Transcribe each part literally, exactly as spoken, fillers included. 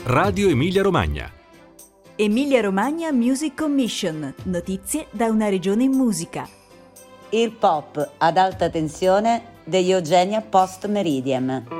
Radio Emilia Romagna. Emilia Romagna Music Commission. Notizie da una regione in musica. Il pop ad alta tensione degli Eugenia Post Meridiem.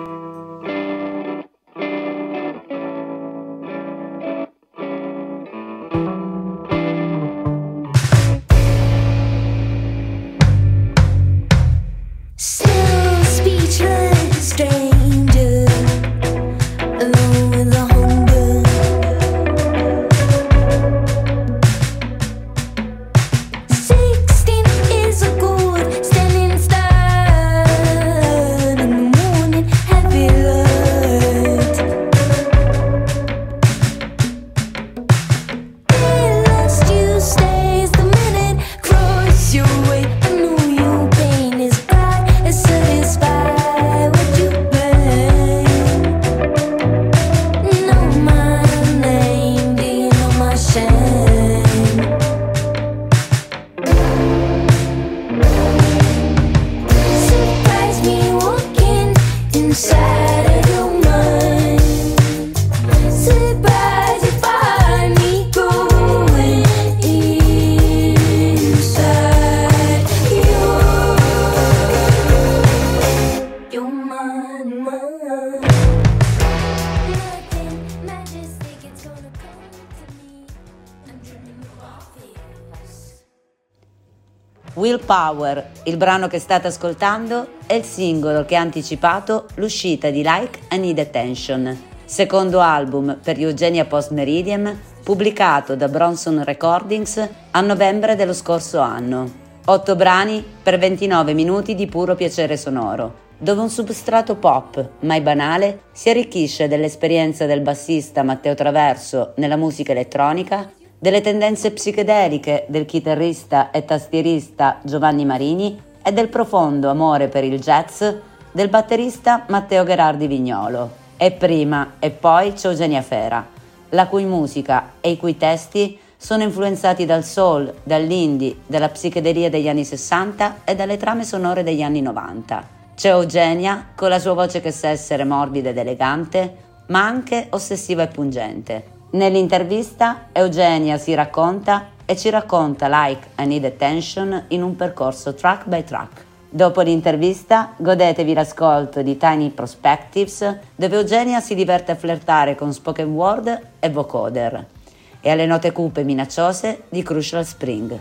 Willpower, il brano che state ascoltando, è il singolo che ha anticipato l'uscita di Like I Need Attention, secondo album per gli Eugenia Post Meridiem, pubblicato da Bronson Recordings a novembre dello scorso anno. Otto brani per ventinove minuti di puro piacere sonoro, dove un substrato pop, mai banale, si arricchisce dell'esperienza del bassista Matteo Traverso nella musica elettronica, delle tendenze psichedeliche del chitarrista e tastierista Giovanni Marini e del profondo amore per il jazz del batterista Matteo Gherardi Vignolo. E prima e poi c'è Eugenia Fera, la cui musica e i cui testi sono influenzati dal soul, dall'indie, dalla psichedelia degli anni sessanta e dalle trame sonore degli anni novanta. C'è Eugenia con la sua voce che sa essere morbida ed elegante, ma anche ossessiva e pungente. Nell'intervista Eugenia si racconta e ci racconta Like I Need Attention in un percorso track by track. Dopo l'intervista godetevi l'ascolto di Tiny Perspectives, dove Eugenia si diverte a flirtare con spoken word e vocoder, e alle note cupe e minacciose di Crucial Spring.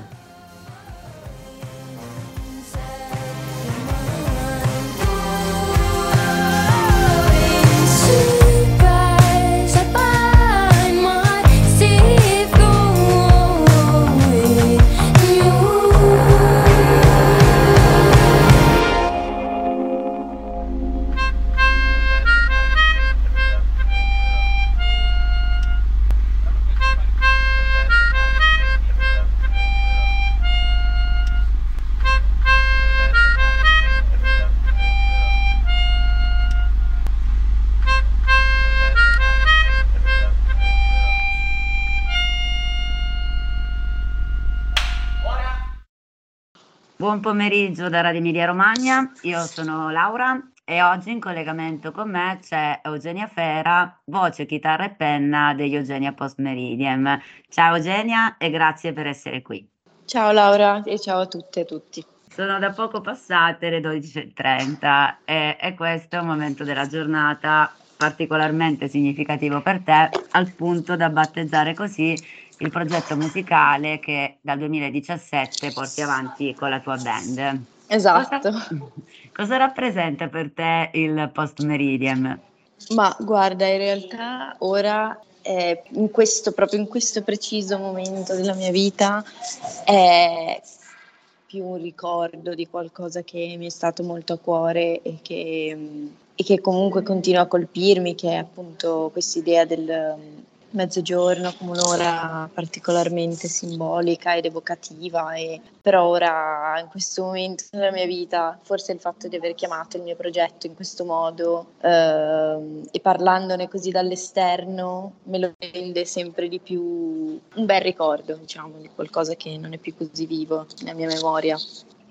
Buon pomeriggio da Radio Emilia Romagna, io sono Laura e oggi in collegamento con me c'è Eugenia Fera, voce, chitarra e penna degli Eugenia Post Meridiem. Ciao Eugenia e grazie per essere qui. Ciao Laura e ciao a tutte e tutti. Sono da poco passate le dodici e trenta e, e questo è un momento della giornata particolarmente significativo per te, al punto da battezzare così il progetto musicale che dal duemiladiciassette porti avanti con la tua band. Esatto. Cosa, cosa rappresenta per te il Post Meridiem? Ma guarda, in realtà ora, eh, in questo, proprio in questo preciso momento della mia vita, è più un ricordo di qualcosa che mi è stato molto a cuore e che, e che comunque continua a colpirmi, che è appunto quest'idea del mezzogiorno come un'ora particolarmente simbolica ed evocativa, e però ora in questo momento della mia vita forse il fatto di aver chiamato il mio progetto in questo modo ehm, e parlandone così dall'esterno me lo rende sempre di più un bel ricordo, diciamo, di qualcosa che non è più così vivo nella mia memoria.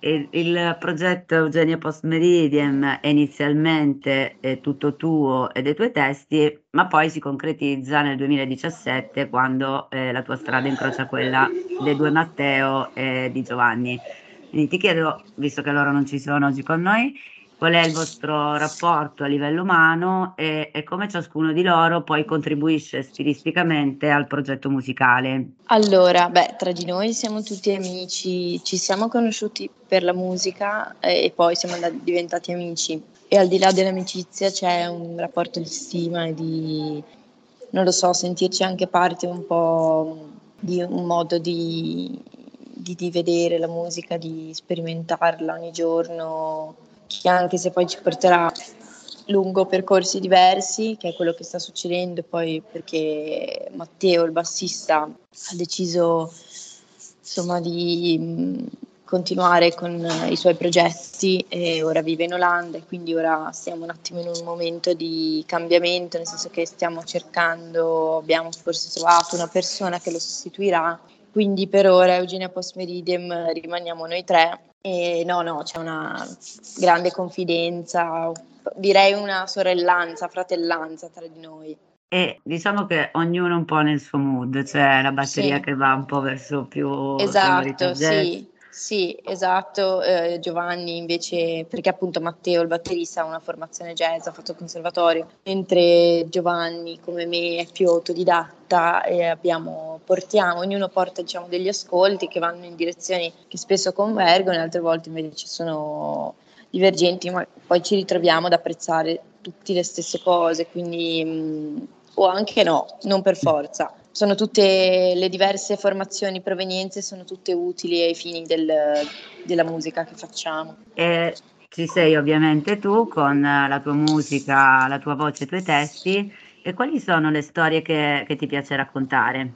Il, il progetto Eugenia Post Meridiem è inizialmente è tutto tuo e dei tuoi testi, ma poi si concretizza nel duemiladiciassette quando eh, la tua strada incrocia quella dei due Matteo e di Giovanni. Quindi ti chiedo, visto che loro non ci sono oggi con noi, qual è il vostro rapporto a livello umano e, e come ciascuno di loro poi contribuisce stilisticamente al progetto musicale. Allora, beh, tra di noi siamo tutti amici, ci siamo conosciuti per la musica eh, e poi siamo andati, diventati amici. E al di là dell'amicizia c'è un rapporto di stima e di, non lo so, sentirci anche parte un po' di un modo di, di, di vedere la musica, di sperimentarla ogni giorno, che anche se poi ci porterà lungo percorsi diversi, che è quello che sta succedendo poi perché Matteo, il bassista, ha deciso insomma di mh, continuare con i suoi progetti e ora vive in Olanda e quindi ora stiamo un attimo in un momento di cambiamento, nel senso che stiamo cercando, abbiamo forse trovato una persona che lo sostituirà, quindi per ora Eugenia Post Meridiem rimaniamo noi tre e no no c'è una grande confidenza, direi una sorellanza, fratellanza tra di noi. E diciamo che ognuno un po' nel suo mood, c'è la batteria Sì. che va un po' verso più sonorità Esatto, jazz. sì, sì, esatto. Eh, Giovanni invece, perché appunto Matteo, il batterista, ha una formazione jazz, ha fatto il conservatorio, mentre Giovanni, come me, è più autodidatta e abbiamo, portiamo, ognuno porta diciamo degli ascolti che vanno in direzioni che spesso convergono e altre volte invece ci sono divergenti, ma poi ci ritroviamo ad apprezzare tutte le stesse cose, quindi mh, o anche no, non per forza. Sono tutte le diverse formazioni, provenienze, sono tutte utili ai fini del, della musica che facciamo. E ci sei ovviamente tu con eh, la tua musica, la tua voce, i tuoi testi. E quali sono le storie che, che ti piace raccontare?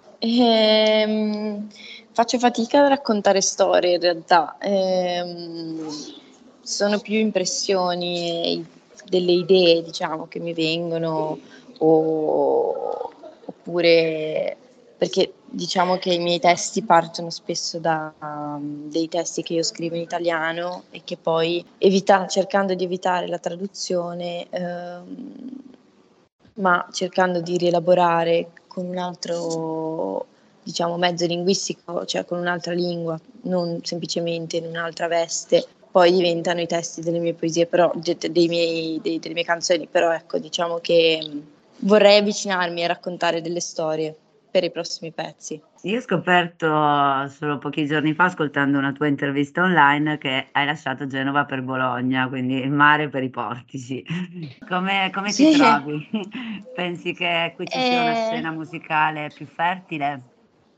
Ehm, faccio fatica a raccontare storie in realtà. Ehm, sono più impressioni, delle idee, diciamo, che mi vengono, o- oppure perché diciamo che i miei testi partono spesso da um, dei testi che io scrivo in italiano e che poi evita- cercando di evitare la traduzione, ehm, ma cercando di rielaborare con un altro, diciamo, mezzo linguistico, cioè con un'altra lingua, non semplicemente in un'altra veste, poi diventano i testi delle mie poesie, però de- dei miei, dei- delle mie canzoni, però ecco, diciamo che mh, vorrei avvicinarmi a raccontare delle storie per i prossimi pezzi. Io ho scoperto solo pochi giorni fa, ascoltando una tua intervista online, che hai lasciato Genova per Bologna, quindi il mare per i portici. Come, come ti Sì, trovi? Pensi che qui ci sia una eh, scena musicale più fertile?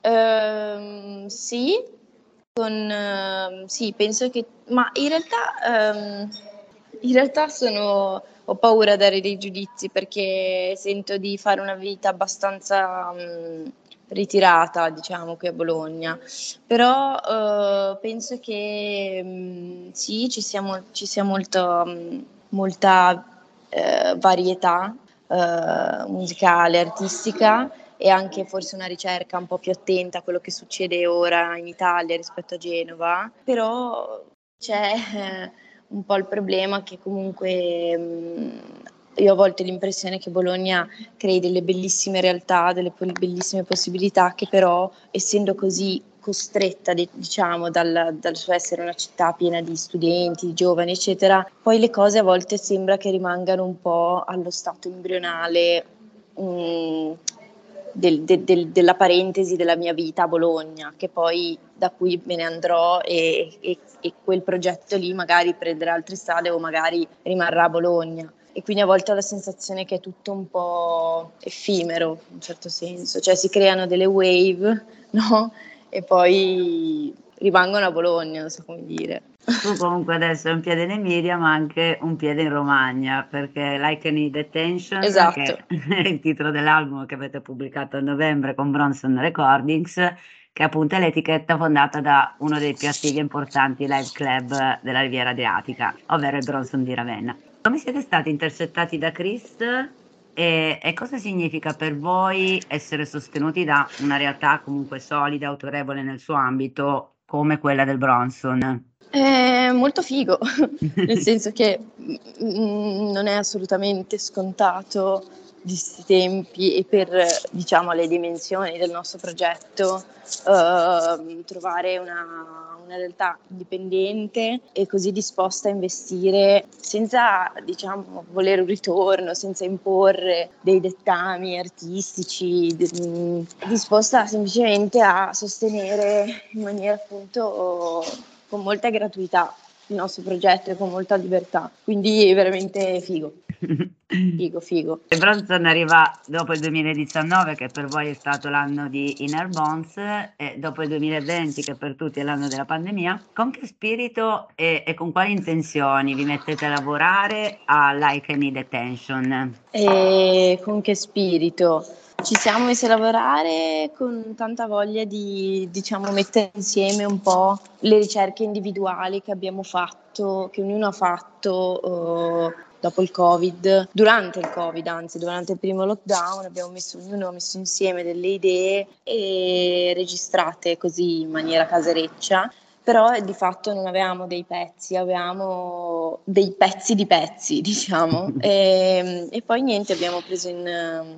ehm, sì, con, ehm, sì, penso che, ma in realtà, ehm, in realtà sono, ho paura a dare dei giudizi perché sento di fare una vita abbastanza mh, ritirata, diciamo, qui a Bologna. Però eh, penso che mh, sì, ci sia, mol- ci sia molto, mh, molta eh, varietà eh, musicale, artistica e anche forse una ricerca un po' più attenta a quello che succede ora in Italia rispetto a Genova, però c'è eh, un po' il problema che comunque mh, io ho a volte l'impressione che Bologna crei delle bellissime realtà, delle po- bellissime possibilità che però essendo così costretta, di- diciamo, dal, dal suo essere una città piena di studenti, di giovani, eccetera, poi le cose a volte sembra che rimangano un po' allo stato embrionale mh, del- de- del- della parentesi della mia vita a Bologna, che poi da cui me ne andrò e, e- e quel progetto lì magari prenderà altre strade o magari rimarrà a Bologna. E quindi a volte ho la sensazione che è tutto un po' effimero, in un certo senso, cioè si creano delle wave, no? E poi rimangono a Bologna, non so come dire. Tu comunque adesso hai un piede in Emilia, ma anche un piede in Romagna, perché Like I Need Attention, che Esatto. è il titolo dell'album che avete pubblicato a novembre con Bronson Recordings, che appunto è l'etichetta fondata da uno dei più attivi e importanti live club della Riviera Adriatica, ovvero il Bronson di Ravenna. Come siete stati intercettati da Chris e, e cosa significa per voi essere sostenuti da una realtà comunque solida, autorevole nel suo ambito, come quella del Bronson? è molto figo, nel senso che mm, non è assolutamente scontato di questi tempi e per, diciamo, le dimensioni del nostro progetto eh, trovare una, una realtà indipendente e così disposta a investire senza, diciamo, volere un ritorno, senza imporre dei dettami artistici, d- disposta semplicemente a sostenere in maniera appunto con molta gratuità il nostro progetto e con molta libertà, quindi veramente figo, figo, figo. E Bronson arriva dopo il duemiladiciannove, che per voi è stato l'anno di Inner Bones, e dopo il duemilaventi, che per tutti è l'anno della pandemia. Con che spirito e, e con quali intenzioni vi mettete a lavorare a Like I Need Attention? E con che spirito? Ci siamo messi a lavorare con tanta voglia di, diciamo, mettere insieme un po' le ricerche individuali che abbiamo fatto, che ognuno ha fatto eh, dopo il Covid, durante il Covid, anzi, durante il primo lockdown, abbiamo messo, ognuno ha messo insieme delle idee e registrate così in maniera casereccia. Però di fatto non avevamo dei pezzi, avevamo dei pezzi di pezzi, diciamo. E, e poi niente, abbiamo preso in,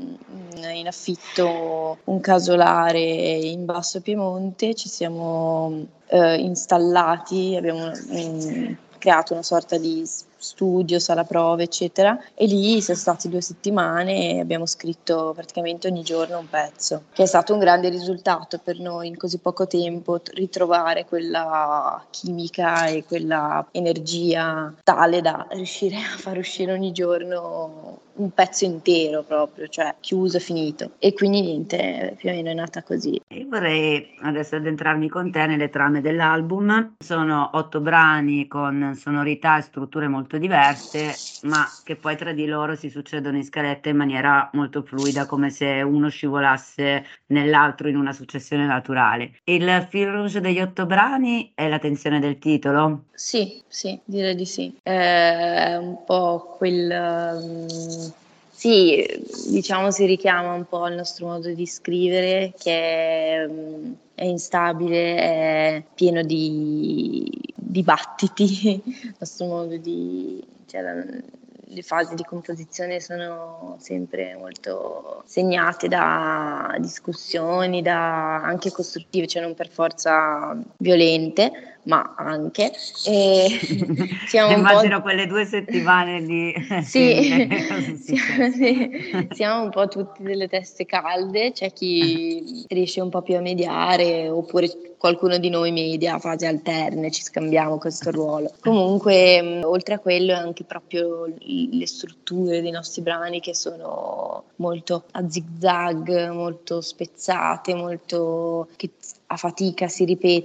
in, in affitto un casolare in Basso Piemonte, ci siamo eh, installati, abbiamo mm, creato una sorta di studio, sala prove, eccetera, e lì siamo stati due settimane e abbiamo scritto praticamente ogni giorno un pezzo, che è stato un grande risultato per noi in così poco tempo, ritrovare quella chimica e quella energia tale da riuscire a far uscire ogni giorno un pezzo intero proprio, cioè chiuso e finito. E quindi niente, più o meno è nata così. Io vorrei adesso addentrarmi con te nelle trame dell'album. Sono otto brani con sonorità e strutture molto diverse, ma che poi tra di loro si succedono in scaletta in maniera molto fluida, come se uno scivolasse nell'altro in una successione naturale. Il fil rouge degli otto brani è la tensione del titolo. Sì, sì, direi di sì. È un po' quel... um, sì, diciamo si richiama un po' al nostro modo di scrivere che è, um, è instabile, è pieno di dibattiti, il nostro modo di... Cioè, la- le fasi di composizione sono sempre molto segnate da discussioni, da anche costruttive, cioè non per forza violente, ma anche. E siamo un po'... Immagino quelle due settimane lì Sì, insieme, cosa è siamo, successo? sì, siamo un po' tutti delle teste calde, c'è chi riesce un po' più a mediare, oppure qualcuno di noi media a fasi alterne, ci scambiamo questo ruolo. Comunque, mh, oltre a quello, è anche proprio l- le strutture dei nostri brani che sono molto a zigzag, molto spezzate, molto che a fatica si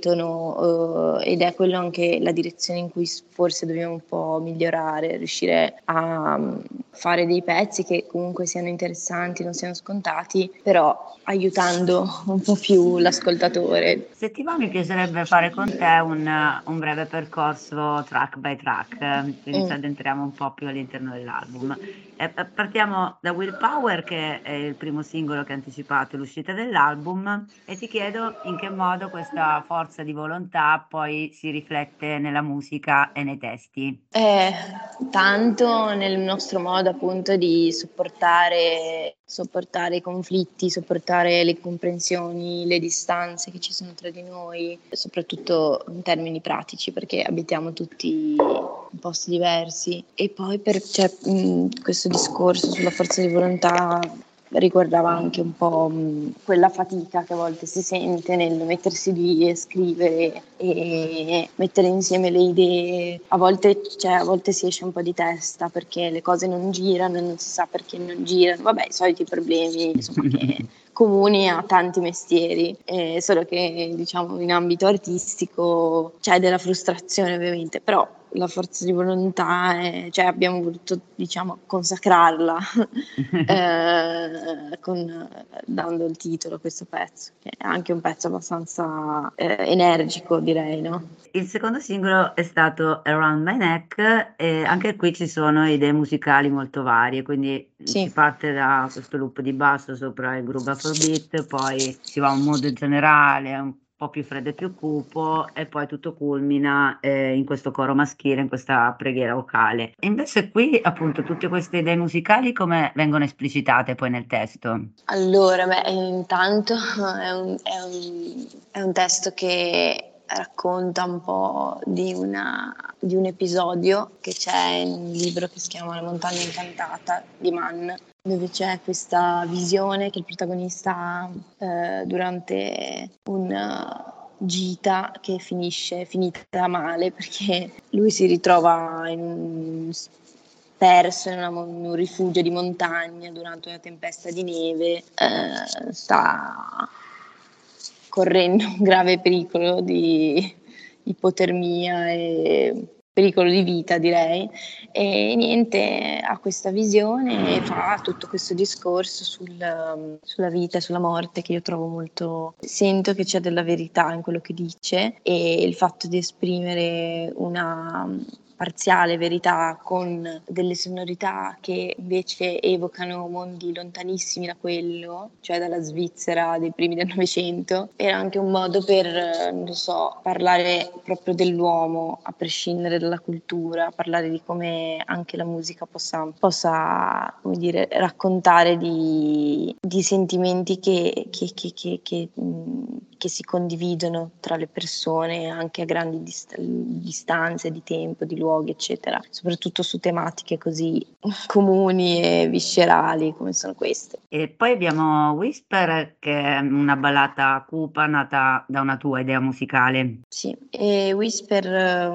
ripetono, eh, ed è quello anche la direzione in cui s- forse dobbiamo un po' migliorare, riuscire a mm, fare dei pezzi che comunque siano interessanti, non siano scontati, però aiutando un po' più l'ascoltatore. Se ti va, mi piacerebbe fare con te un, un breve percorso track by track, eh, quindi ci Mm. addentriamo un po' più all'interno dell'album. Eh, eh, partiamo da Willpower, che è il primo singolo che ha anticipato l'uscita dell'album, e ti chiedo in che modo questa forza di volontà poi si riflette nella musica e nei testi. Eh, tanto nel nostro modo appunto di sopportare, sopportare i conflitti, sopportare le incomprensioni, le distanze che ci sono tra di noi, soprattutto in termini pratici, perché abitiamo tutti in posti diversi. E poi per cioè, mh, questo discorso sulla forza di volontà riguardava anche un po' mh, quella fatica che a volte si sente nel mettersi lì e scrivere e mettere insieme le idee. A volte, cioè, a volte si esce un po' di testa perché le cose non girano e non si sa perché non girano. Vabbè, i soliti problemi, insomma, che comuni a tanti mestieri, eh, solo che diciamo in ambito artistico c'è della frustrazione ovviamente, però la forza di volontà, è, cioè abbiamo voluto diciamo consacrarla eh, con, dando il titolo a questo pezzo, che è anche un pezzo abbastanza eh, energico direi, no? Il secondo singolo è stato Around My Neck, e anche qui ci sono idee musicali molto varie, quindi si Sì. parte da questo loop di basso sopra il groove afrobeat, poi si va a un mood generale, un po' più freddo e più cupo, e poi tutto culmina eh, in questo coro maschile, in questa preghiera vocale. E invece qui, appunto, tutte queste idee musicali come vengono esplicitate poi nel testo? Allora, beh, intanto è un, è un- è un testo che racconta un po' di, una- di un episodio che c'è in un libro che si chiama La montagna incantata di Mann, dove c'è questa visione che il protagonista ha eh, durante una gita che finisce finita male perché lui si ritrova in un perso in, una mo- in un rifugio di montagna durante una tempesta di neve, eh, sta correndo un grave pericolo di ipotermia e pericolo di vita, direi. E niente, ha questa visione e fa tutto questo discorso sul- sulla vita e sulla morte che io trovo molto... Sento che c'è della verità in quello che dice e il fatto di esprimere una parziale verità con delle sonorità che invece evocano mondi lontanissimi da quello, cioè dalla Svizzera dei primi del Novecento, era anche un modo per, eh, non lo so, parlare proprio dell'uomo a prescindere dalla cultura, parlare di come anche la musica possa, possa come dire, raccontare di, di sentimenti che, che, che, che, che, mh, che si condividono tra le persone anche a grandi dist- distanze di tempo, di luoghi, eccetera, soprattutto su tematiche così comuni e viscerali come sono queste. E poi abbiamo Whisper, che è una ballata cupa nata da una tua idea musicale. Sì, e Whisper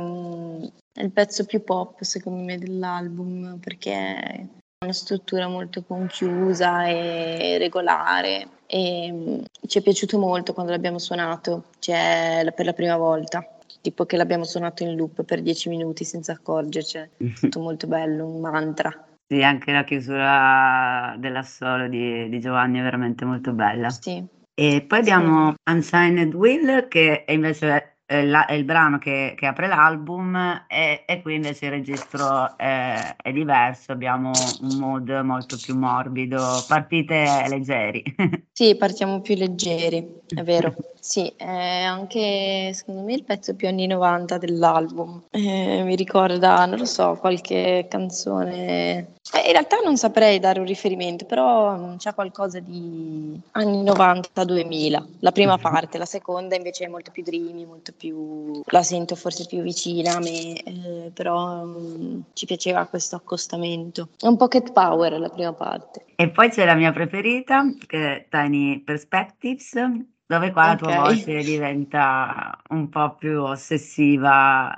ehm, è il pezzo più pop secondo me dell'album perché ha una struttura molto conchiusa e regolare e mm, ci è piaciuto molto quando l'abbiamo suonato, cioè la- per la prima volta, tipo che l'abbiamo suonato in loop per dieci minuti senza accorgercene, è stato molto bello, un mantra. Sì, anche la chiusura dell'assolo di, di Giovanni è veramente molto bella. Sì, E poi sì. abbiamo Unsigned Will, che è invece è, la- è il brano che, che apre l'album, e, e qui invece il registro è, è diverso, abbiamo un mood molto più morbido, partite leggeri. Sì, partiamo più leggeri, è vero. Sì, è anche secondo me il pezzo più anni novanta dell'album. Eh, mi ricorda, non lo so, qualche canzone. Eh, in realtà non saprei dare un riferimento, però mm, c'è qualcosa di anni novanta duemila. La prima parte, la seconda invece è molto più dreamy, molto più... la sento forse più vicina a me, eh, però mm, ci piaceva questo accostamento. È un po' Cat Power la prima parte. E poi c'è la mia preferita, che è Tiny Perspectives, dove qua la Ok. tua voce diventa un po' più ossessiva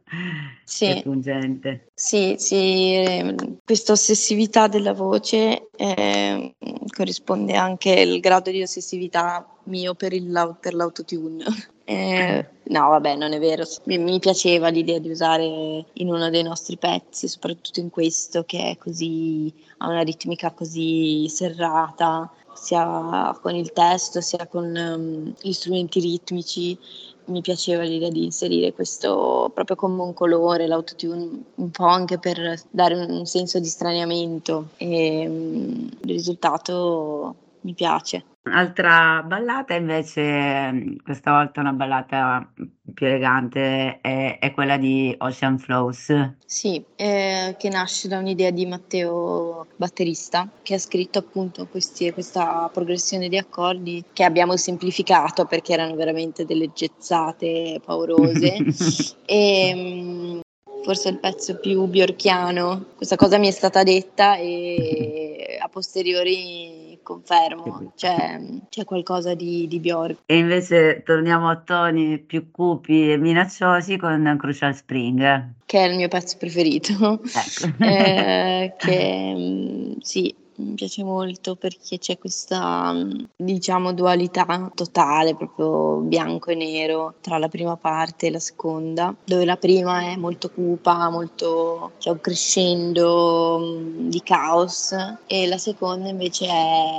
e Sì, pungente. sì, sì, ehm, questa ossessività della voce ehm, corrisponde anche al grado di ossessività mio per il, lau- per l'autotune. Eh, no, vabbè, non è vero. Mi, mi piaceva l'idea di usare in uno dei nostri pezzi, soprattutto in questo che è così, ha una ritmica così serrata, sia con il testo sia con ehm, gli strumenti ritmici. Mi piaceva l'idea di inserire questo proprio come un colore, l'autotune, un po' anche per dare un, un senso di straniamento e mm, il risultato mi piace. Un'altra ballata invece, mh, questa volta una ballata più elegante, è, è quella di Ocean Flows. Sì, eh, che nasce da un'idea di Matteo, batterista, che ha scritto appunto questi- questa progressione di accordi che abbiamo semplificato perché erano veramente delle gezzate paurose. E, mm, forse il pezzo più bjorkiano, questa cosa mi è stata detta e a posteriori confermo, cioè c'è qualcosa di, di Bjork. E invece torniamo a toni più cupi e minacciosi con Crucial Spring. Che è il mio pezzo preferito, Ecco. eh, che mm, sì, mi piace molto perché c'è questa, mm, diciamo, dualità totale, proprio bianco e nero, tra la prima parte e la seconda, dove la prima è molto cupa, molto, c'è un crescendo mm, di caos, e la seconda invece è,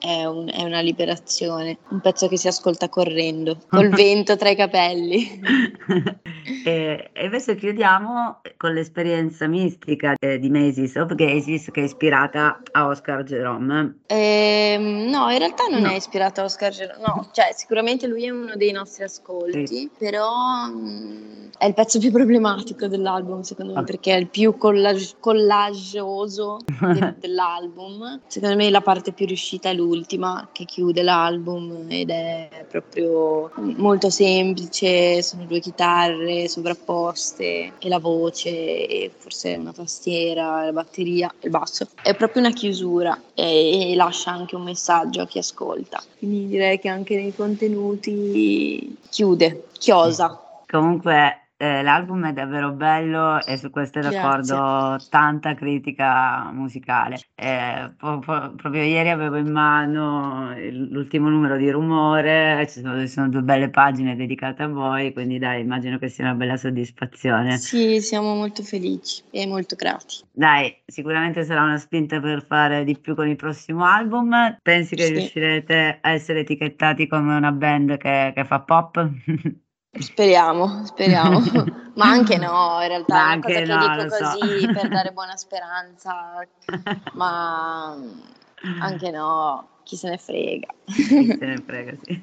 è, un, è una liberazione, un pezzo che si ascolta correndo, col vento tra i capelli. E, e invece chiudiamo con l'esperienza mistica eh, di Macy's of Gazes, che è ispirata a Oscar Jerome. Ehm, no, in realtà non No. è ispirato a Oscar Jerome, no, cioè sicuramente lui è uno dei nostri ascolti, Sì. però mh, è il pezzo più problematico dell'album secondo me, Ah. perché è il più collage, collagioso de- dell'album. Secondo me la parte più riuscita è l'ultima, che chiude l'album, ed è proprio molto semplice, sono due chitarre sovrapposte e la voce e forse una tastiera, la batteria, il basso. È proprio una chiusura e, e lascia anche un messaggio a chi ascolta. Quindi direi che anche nei contenuti chiude, chiosa. Comunque eh, l'album è davvero bello e su questo è d'accordo, tanta critica musicale. Eh, po- po- proprio ieri avevo in mano il- l'ultimo numero di Rumore, ci sono, ci sono due belle pagine dedicate a voi, quindi dai, immagino che sia una bella soddisfazione. Sì, siamo molto felici e molto grati. Dai, sicuramente sarà una spinta per fare di più con il prossimo album. Pensi che Sì. riuscirete a essere etichettati come una band che, che fa pop? Speriamo, speriamo, ma anche no, in realtà Ma è una anche cosa che no, dico lo so. così per dare buona speranza, ma anche no, chi se ne frega. Chi se ne frega, sì.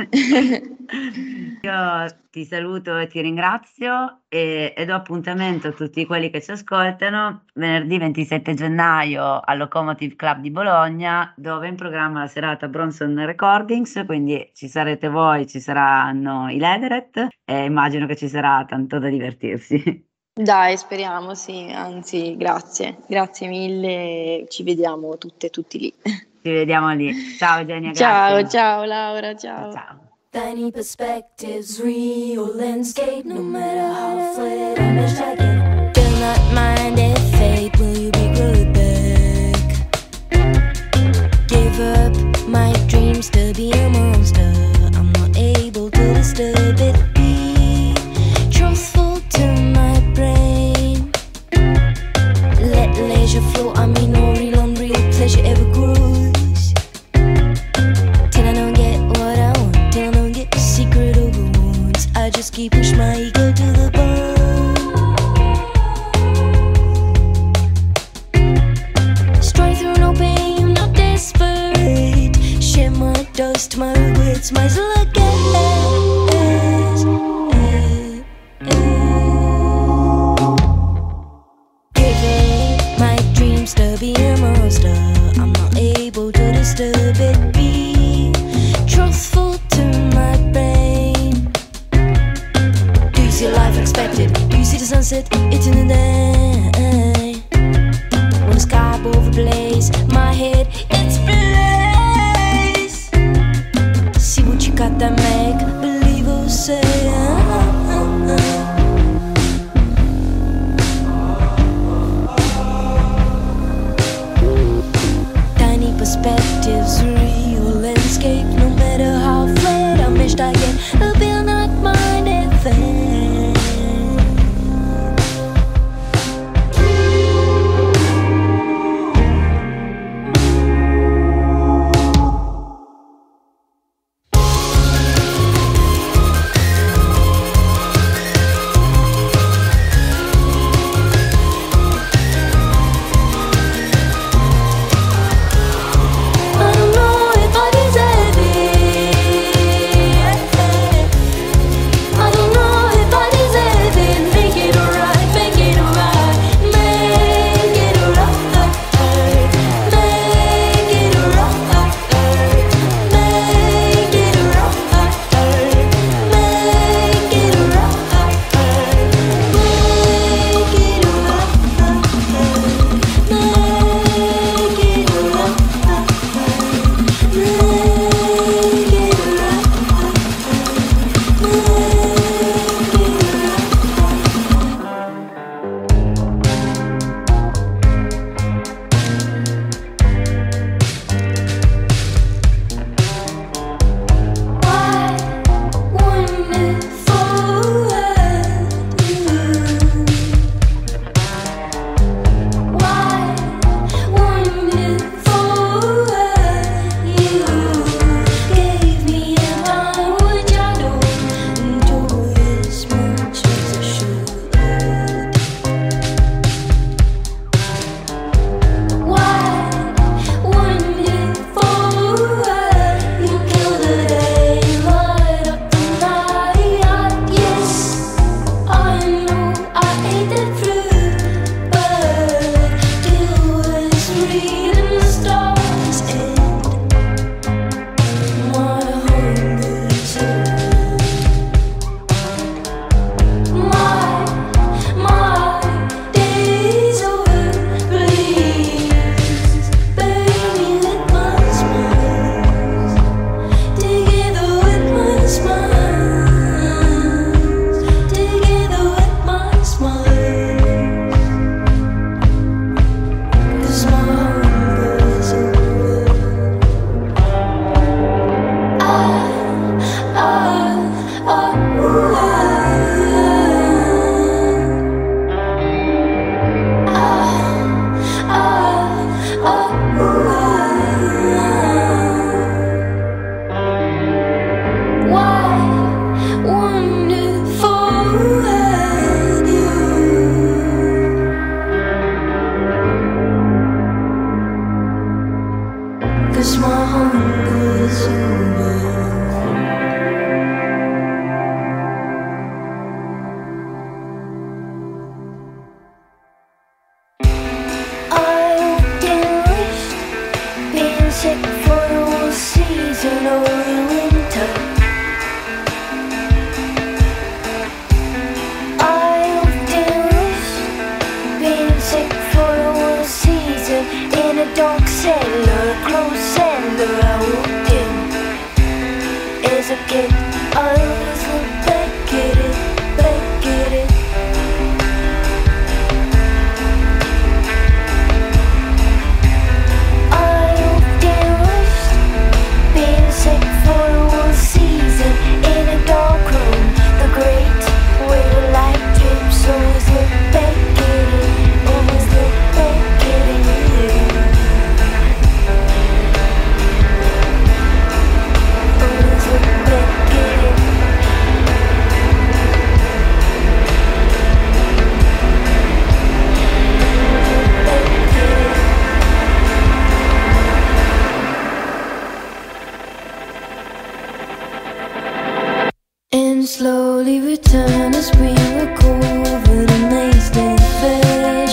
Io ti saluto e ti ringrazio e, e do appuntamento a tutti quelli che ci ascoltano venerdì ventisette gennaio al Locomotive Club di Bologna, dove è in programma la serata Bronson Recordings, quindi ci sarete voi, ci saranno i Lederet e immagino che ci sarà tanto da divertirsi. Dai, speriamo, sì, anzi, grazie, grazie mille, ci vediamo tutte e tutti lì. Ci vediamo lì. Ciao Eugenia, Ciao, grazie. ciao Laura, Ciao, ciao. ciao. Tiny perspectives, real landscape. No matter how flat I mesh, I get. Do not mind if fate, will you be good back? Give up my dreams to be a monster. I'm not able to disturb it. Be truthful to my brain. Let leisure flow. I mean, no real, unreal pleasure ever grows. Till I don't get what I want, till I don't get the secret of the wounds. I just keep push my ego to the bone. Straight through no pain, I'm not desperate. Share my dust, my regrets, my sluggass. Giving my dreams to be a monster. I'm not able to disturb it. Be truthful to my brain. Do you see life expected? Do you see the sunset? It's in the day. When the sky above ablaze, my head it's blaze. See what you got that make believers say. Tiny perspectives, real landscape. No matter how flat I meshed I get, I will not mind a thing. I don't know 'cause my hunger's over. Dark cellar, closed cellar, I walked in. As a kid, I always look back at it, back at it. I often wished, being sick for a whole season in a dark room, the grate where the light drips. Always look back at it, always look back at it. And slowly return as we were covered in amazed and fashion.